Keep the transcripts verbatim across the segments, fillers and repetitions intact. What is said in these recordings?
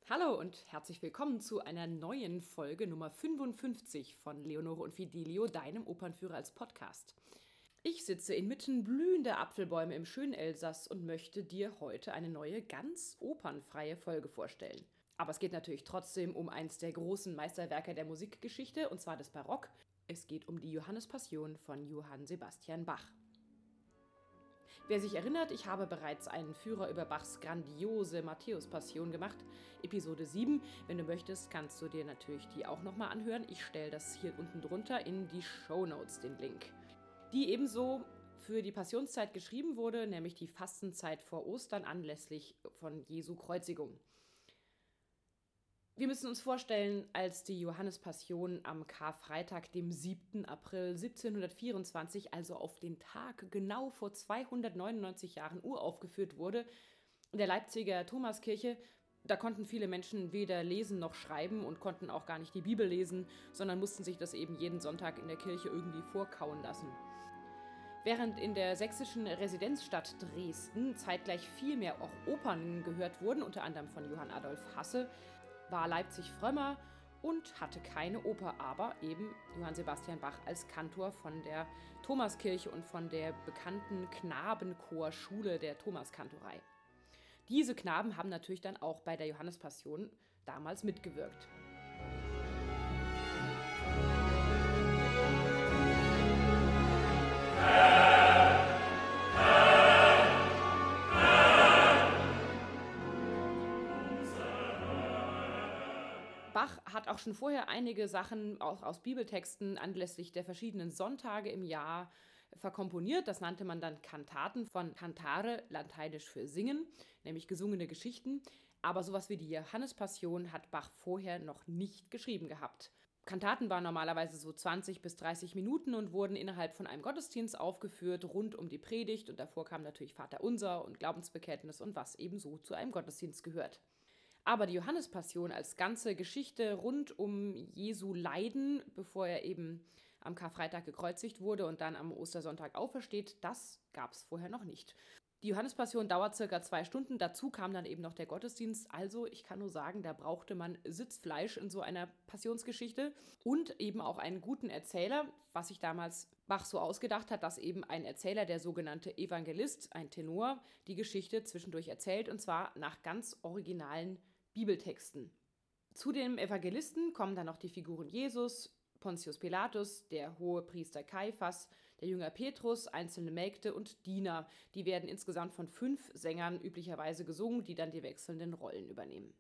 Hallo und herzlich willkommen zu einer neuen Folge Nummer fünfundfünfzig von Leonore und Fidelio, deinem Opernführer als Podcast. Ich sitze inmitten blühender Apfelbäume im schönen Elsass und möchte dir heute eine neue, ganz opernfreie Folge vorstellen. Aber es geht natürlich trotzdem um eins der großen Meisterwerke der Musikgeschichte, und zwar des Barock. Es geht um die Johannespassion von Johann Sebastian Bach. Wer sich erinnert, ich habe bereits einen Führer über Bachs grandiose Matthäus-Passion gemacht, Episode sieben. Wenn du möchtest, kannst du dir natürlich die auch nochmal anhören. Ich stelle das hier unten drunter in die Shownotes, den Link. Die ebenso für die Passionszeit geschrieben wurde, nämlich die Fastenzeit vor Ostern anlässlich von Jesu Kreuzigung. Wir müssen uns vorstellen, als die Johannespassion am Karfreitag, dem siebten April siebzehnhundertvierundzwanzig, also auf den Tag genau vor zweihundertneunundneunzig Jahren uraufgeführt wurde, in der Leipziger Thomaskirche. Da konnten viele Menschen weder lesen noch schreiben und konnten auch gar nicht die Bibel lesen, sondern mussten sich das eben jeden Sonntag in der Kirche irgendwie vorkauen lassen. Während in der sächsischen Residenzstadt Dresden zeitgleich viel mehr auch Opern gehört wurden, unter anderem von Johann Adolph Hasse, war Leipzig frömmer und hatte keine Oper, aber eben Johann Sebastian Bach als Kantor von der Thomaskirche und von der bekannten Knabenchorschule der Thomaskantorei. Diese Knaben haben natürlich dann auch bei der Johannespassion damals mitgewirkt. Bach hat auch schon vorher einige Sachen aus, aus Bibeltexten anlässlich der verschiedenen Sonntage im Jahr verkomponiert. Das nannte man dann Kantaten, von cantare, lateinisch für singen, nämlich gesungene Geschichten. Aber sowas wie die Johannespassion hat Bach vorher noch nicht geschrieben gehabt. Kantaten waren normalerweise so zwanzig bis dreißig Minuten und wurden innerhalb von einem Gottesdienst aufgeführt, rund um die Predigt. Und davor kam natürlich Vaterunser und Glaubensbekenntnis und was ebenso zu einem Gottesdienst gehört. Aber die Johannespassion als ganze Geschichte rund um Jesu Leiden, bevor er eben am Karfreitag gekreuzigt wurde und dann am Ostersonntag aufersteht, das gab es vorher noch nicht. Die Johannespassion dauert circa zwei Stunden, dazu kam dann eben noch der Gottesdienst. Also ich kann nur sagen, da brauchte man Sitzfleisch in so einer Passionsgeschichte und eben auch einen guten Erzähler, was sich damals Bach so ausgedacht hat, dass eben ein Erzähler, der sogenannte Evangelist, ein Tenor, die Geschichte zwischendurch erzählt, und zwar nach ganz originalen Bibeltexten. Zu dem Evangelisten kommen dann noch die Figuren Jesus, Pontius Pilatus, der Hohepriester Kaiphas, der Jünger Petrus, einzelne Mägde und Diener. Die werden insgesamt von fünf Sängern üblicherweise gesungen, die dann die wechselnden Rollen übernehmen.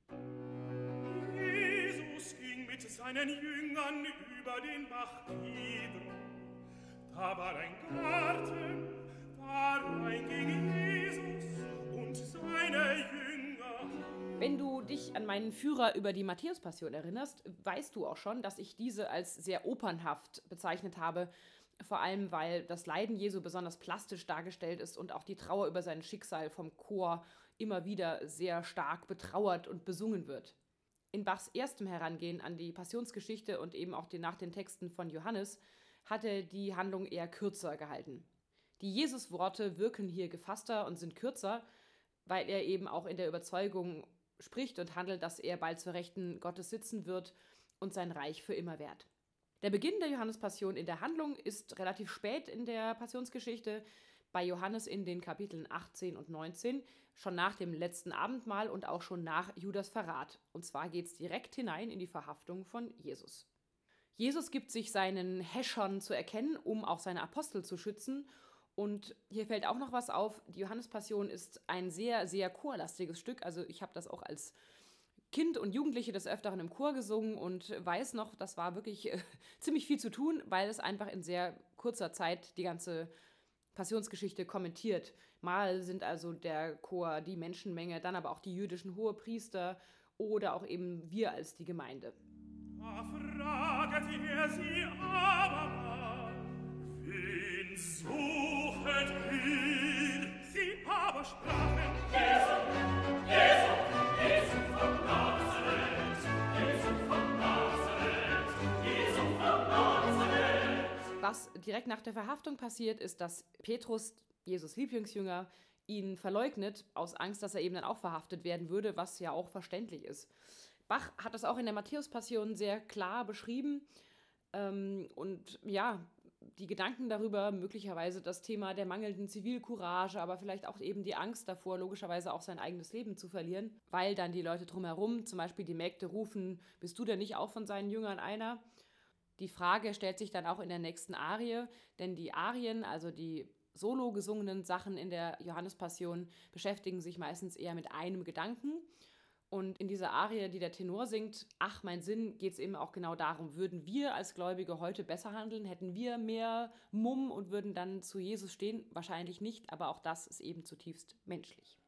Jesus ging mit seinen Jüngern über den Bach Kidron. Da war ein Garten, darein ging Jesus und seine Jünger. Wenn du dich an meinen Führer über die Matthäus-Passion erinnerst, weißt du auch schon, dass ich diese als sehr opernhaft bezeichnet habe, vor allem weil das Leiden Jesu besonders plastisch dargestellt ist und auch die Trauer über sein Schicksal vom Chor immer wieder sehr stark betrauert und besungen wird. In Bachs erstem Herangehen an die Passionsgeschichte und eben auch die, nach den Texten von Johannes hat er die Handlung eher kürzer gehalten. Die Jesus-Worte wirken hier gefasster und sind kürzer, weil er eben auch in der Überzeugung spricht und handelt, dass er bald zur Rechten Gottes sitzen wird und sein Reich für immer währt. Der Beginn der Johannespassion in der Handlung ist relativ spät in der Passionsgeschichte, bei Johannes in den Kapiteln achtzehn und neunzehn, schon nach dem letzten Abendmahl und auch schon nach Judas Verrat. Und zwar geht es direkt hinein in die Verhaftung von Jesus. Jesus gibt sich seinen Häschern zu erkennen, um auch seine Apostel zu schützen. Und hier fällt auch noch was auf, die Johannespassion ist ein sehr, sehr chorlastiges Stück. Also ich habe das auch als Kind und Jugendliche des Öfteren im Chor gesungen und weiß noch, das war wirklich äh, ziemlich viel zu tun, weil es einfach in sehr kurzer Zeit die ganze Passionsgeschichte kommentiert. Mal sind also der Chor die Menschenmenge, dann aber auch die jüdischen Hohepriester oder auch eben wir als die Gemeinde. Da fragte er sie aber, wen suchet ihr? Sie aber sprachen, Jesu, Jesu, Jesu von Nazareth, Jesu von Nazareth, Jesu von Nazareth. Was direkt nach der Verhaftung passiert, ist, dass Petrus, Jesus Lieblingsjünger, ihn verleugnet, aus Angst, dass er eben dann auch verhaftet werden würde, was ja auch verständlich ist. Bach hat das auch in der Matthäus-Passion sehr klar beschrieben. Ähm, und ja, die Gedanken darüber, möglicherweise das Thema der mangelnden Zivilcourage, aber vielleicht auch eben die Angst davor, logischerweise auch sein eigenes Leben zu verlieren, weil dann die Leute drumherum, zum Beispiel die Mägde, rufen, bist du denn nicht auch von seinen Jüngern einer? Die Frage stellt sich dann auch in der nächsten Arie, denn die Arien, also die solo gesungenen Sachen in der Johannespassion, beschäftigen sich meistens eher mit einem Gedanken. Und in dieser Arie, die der Tenor singt, ach, mein Sinn, geht es eben auch genau darum, würden wir als Gläubige heute besser handeln, hätten wir mehr Mumm und würden dann zu Jesus stehen? Wahrscheinlich nicht, aber auch das ist eben zutiefst menschlich.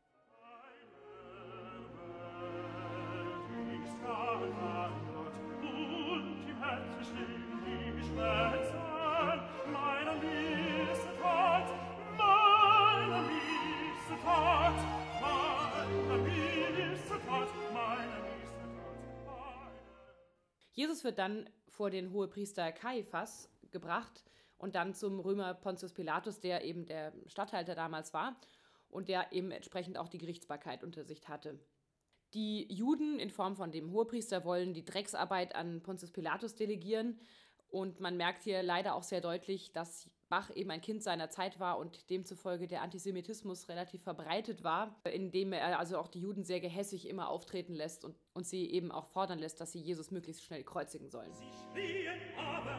Jesus wird dann vor den Hohepriester Kaiphas gebracht und dann zum Römer Pontius Pilatus, der eben der Statthalter damals war und der eben entsprechend auch die Gerichtsbarkeit unter sich hatte. Die Juden in Form von dem Hohepriester wollen die Drecksarbeit an Pontius Pilatus delegieren und man merkt hier leider auch sehr deutlich, dass Bach eben ein Kind seiner Zeit war und demzufolge der Antisemitismus relativ verbreitet war, indem er also auch die Juden sehr gehässig immer auftreten lässt und, und sie eben auch fordern lässt, dass sie Jesus möglichst schnell kreuzigen sollen. Sie schrien aber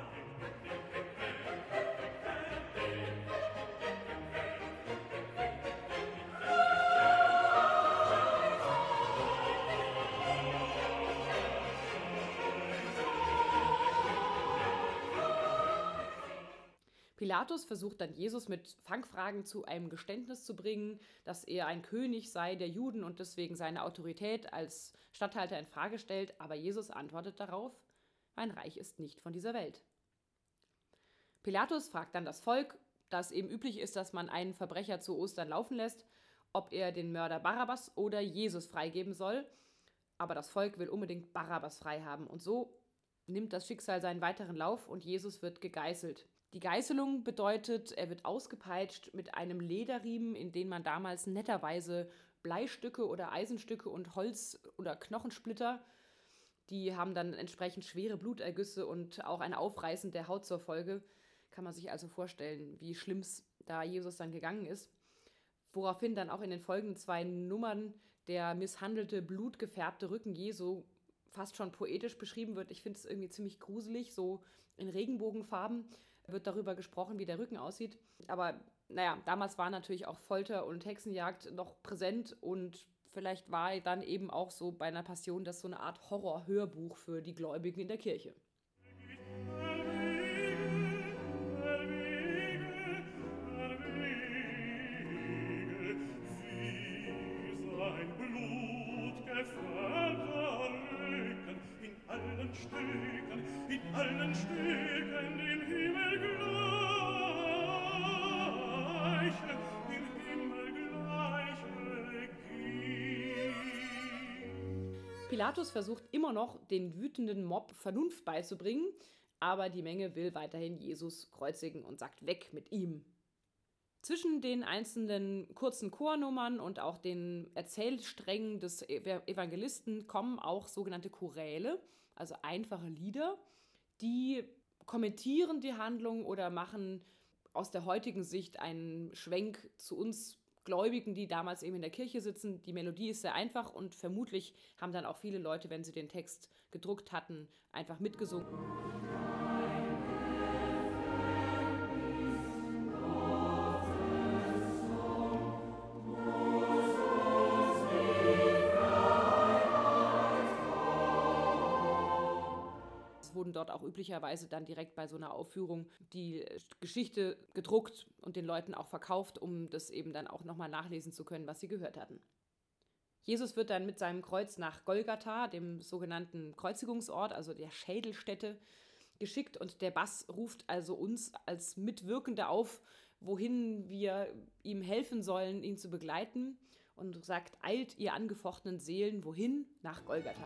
Pilatus versucht dann Jesus mit Fangfragen zu einem Geständnis zu bringen, dass er ein König sei der Juden und deswegen seine Autorität als Statthalter in Frage stellt, aber Jesus antwortet darauf, mein Reich ist nicht von dieser Welt. Pilatus fragt dann das Volk, da es eben üblich ist, dass man einen Verbrecher zu Ostern laufen lässt, ob er den Mörder Barabbas oder Jesus freigeben soll, aber das Volk will unbedingt Barabbas frei haben und so nimmt das Schicksal seinen weiteren Lauf und Jesus wird gegeißelt. Die Geißelung bedeutet, er wird ausgepeitscht mit einem Lederriemen, in den man damals netterweise Bleistücke oder Eisenstücke und Holz- oder Knochensplitter, die haben dann entsprechend schwere Blutergüsse und auch ein Aufreißen der Haut zur Folge. Kann man sich also vorstellen, wie schlimm es da Jesus dann gegangen ist. Woraufhin dann auch in den folgenden zwei Nummern der misshandelte, blutgefärbte Rücken Jesu fast schon poetisch beschrieben wird. Ich finde es irgendwie ziemlich gruselig, so in Regenbogenfarben wird darüber gesprochen, wie der Rücken aussieht. Aber naja, damals war natürlich auch Folter und Hexenjagd noch präsent und vielleicht war dann eben auch so bei einer Passion das so eine Art Horror-Hörbuch für die Gläubigen in der Kirche. Stücken, in allen Stücken dem Himmel gleiche, dem Himmel gleiche ging. Pilatus versucht immer noch, den wütenden Mob Vernunft beizubringen, aber die Menge will weiterhin Jesus kreuzigen und sagt, weg mit ihm. Zwischen den einzelnen kurzen Chornummern und auch den Erzählsträngen des Evangelisten kommen auch sogenannte Choräle, also einfache Lieder, die kommentieren die Handlung oder machen aus der heutigen Sicht einen Schwenk zu uns Gläubigen, die damals eben in der Kirche sitzen. Die Melodie ist sehr einfach und vermutlich haben dann auch viele Leute, wenn sie den Text gedruckt hatten, einfach mitgesungen. Wurden dort auch üblicherweise dann direkt bei so einer Aufführung die Geschichte gedruckt und den Leuten auch verkauft, um das eben dann auch nochmal nachlesen zu können, was sie gehört hatten. Jesus wird dann mit seinem Kreuz nach Golgatha, dem sogenannten Kreuzigungsort, also der Schädelstätte, geschickt und der Bass ruft also uns als Mitwirkende auf, wohin wir ihm helfen sollen, ihn zu begleiten und sagt, eilt ihr angefochtenen Seelen, wohin? Nach Golgatha.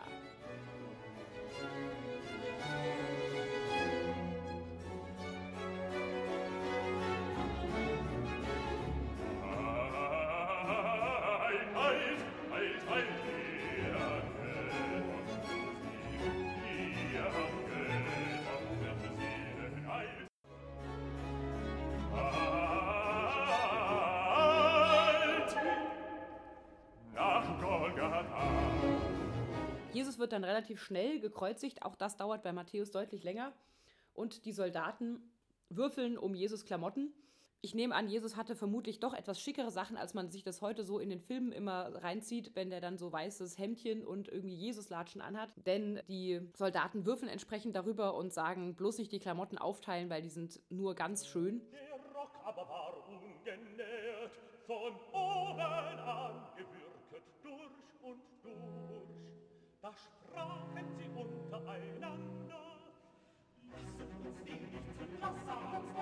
Jesus wird dann relativ schnell gekreuzigt, auch das dauert bei Matthäus deutlich länger. Und die Soldaten würfeln um Jesus Klamotten. Ich nehme an, Jesus hatte vermutlich doch etwas schickere Sachen, als man sich das heute so in den Filmen immer reinzieht, wenn der dann so weißes Hemdchen und irgendwie Jesuslatschen anhat. Denn die Soldaten würfeln entsprechend darüber und sagen, bloß nicht die Klamotten aufteilen, weil die sind nur ganz schön. Der Rock aber war ungenährt, von oben an gewürket durch und durch. Da sprachen sie untereinander: Lasset uns den nicht zu lassen, lasset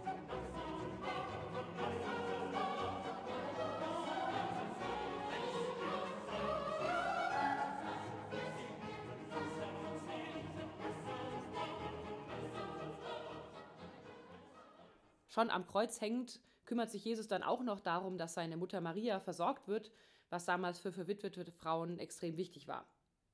Schon am Kreuz hängend kümmert sich Jesus dann auch noch darum, dass seine Mutter Maria versorgt wird, was damals für verwitwete Frauen extrem wichtig war.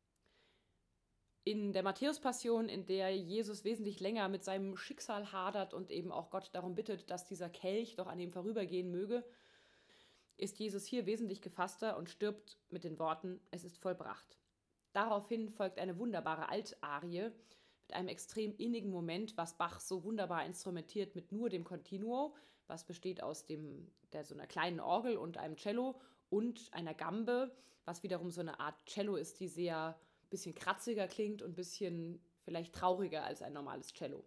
In der Matthäus-Passion, in der Jesus wesentlich länger mit seinem Schicksal hadert und eben auch Gott darum bittet, dass dieser Kelch doch an ihm vorübergehen möge, ist Jesus hier wesentlich gefasster und stirbt mit den Worten: Es ist vollbracht. Daraufhin folgt eine wunderbare Altarie mit einem extrem innigen Moment, was Bach so wunderbar instrumentiert mit nur dem Continuo, was besteht aus dem, der, so einer kleinen Orgel und einem Cello und einer Gambe, was wiederum so eine Art Cello ist, die sehr ein bisschen kratziger klingt und ein bisschen vielleicht trauriger als ein normales Cello.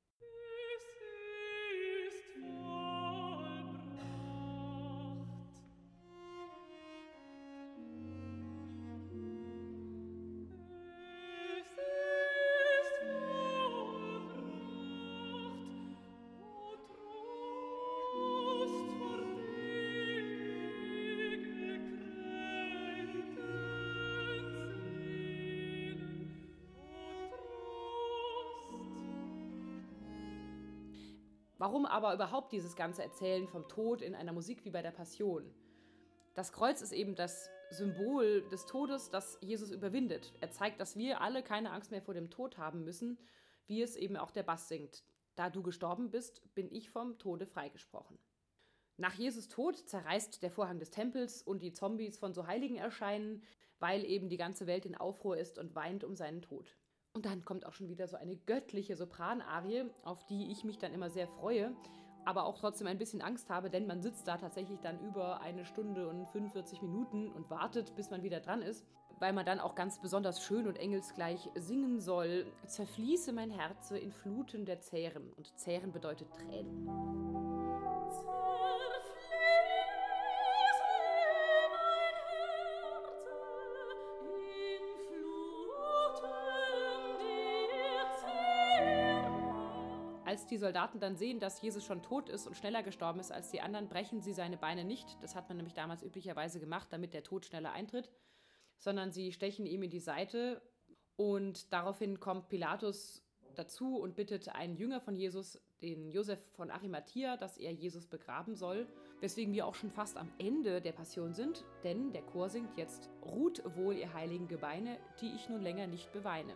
Warum aber überhaupt dieses ganze Erzählen vom Tod in einer Musik wie bei der Passion? Das Kreuz ist eben das Symbol des Todes, das Jesus überwindet. Er zeigt, dass wir alle keine Angst mehr vor dem Tod haben müssen, wie es eben auch der Bass singt. Da du gestorben bist, bin ich vom Tode freigesprochen. Nach Jesus Tod zerreißt der Vorhang des Tempels und die Zombies von so Heiligen erscheinen, weil eben die ganze Welt in Aufruhr ist und weint um seinen Tod. Und dann kommt auch schon wieder so eine göttliche Sopranarie, auf die ich mich dann immer sehr freue, aber auch trotzdem ein bisschen Angst habe, denn man sitzt da tatsächlich dann über eine Stunde und fünfundvierzig Minuten und wartet, bis man wieder dran ist, weil man dann auch ganz besonders schön und engelsgleich singen soll: Zerfließe mein Herze in Fluten der Zähren. Und Zähren bedeutet Tränen. Als die Soldaten dann sehen, dass Jesus schon tot ist und schneller gestorben ist als die anderen, brechen sie seine Beine nicht. Das hat man nämlich damals üblicherweise gemacht, damit der Tod schneller eintritt, sondern sie stechen ihm in die Seite und daraufhin kommt Pilatus dazu und bittet einen Jünger von Jesus, den Josef von Arimathia, dass er Jesus begraben soll, weswegen wir auch schon fast am Ende der Passion sind, denn der Chor singt jetzt: Ruht wohl, ihr heiligen Gebeine, die ich nun länger nicht beweine.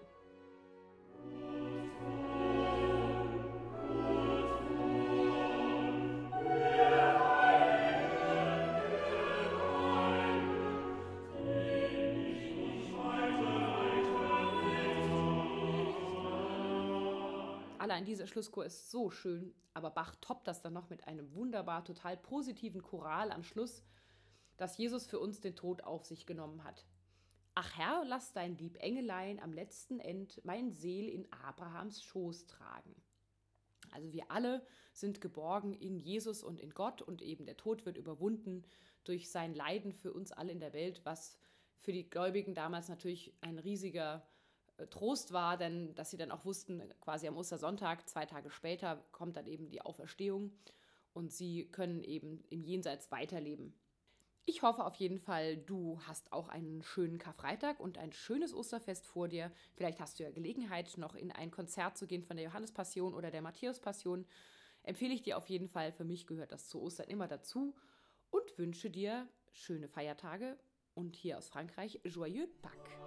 Allein dieser Schlusschor ist so schön, aber Bach toppt das dann noch mit einem wunderbar, total positiven Choral am Schluss, dass Jesus für uns den Tod auf sich genommen hat. Ach Herr, lass dein lieb Engelein am letzten End mein Seel in Abrahams Schoß tragen. Also wir alle sind geborgen in Jesus und in Gott und eben der Tod wird überwunden durch sein Leiden für uns alle in der Welt, was für die Gläubigen damals natürlich ein riesiger Trost war, denn dass sie dann auch wussten, quasi am Ostersonntag, zwei Tage später, kommt dann eben die Auferstehung und sie können eben im Jenseits weiterleben. Ich hoffe auf jeden Fall, du hast auch einen schönen Karfreitag und ein schönes Osterfest vor dir. Vielleicht hast du ja Gelegenheit, noch in ein Konzert zu gehen von der Johannespassion oder der Matthäuspassion. Empfehle ich dir auf jeden Fall. Für mich gehört das zu Ostern immer dazu und wünsche dir schöne Feiertage und hier aus Frankreich, Joyeux Pâques!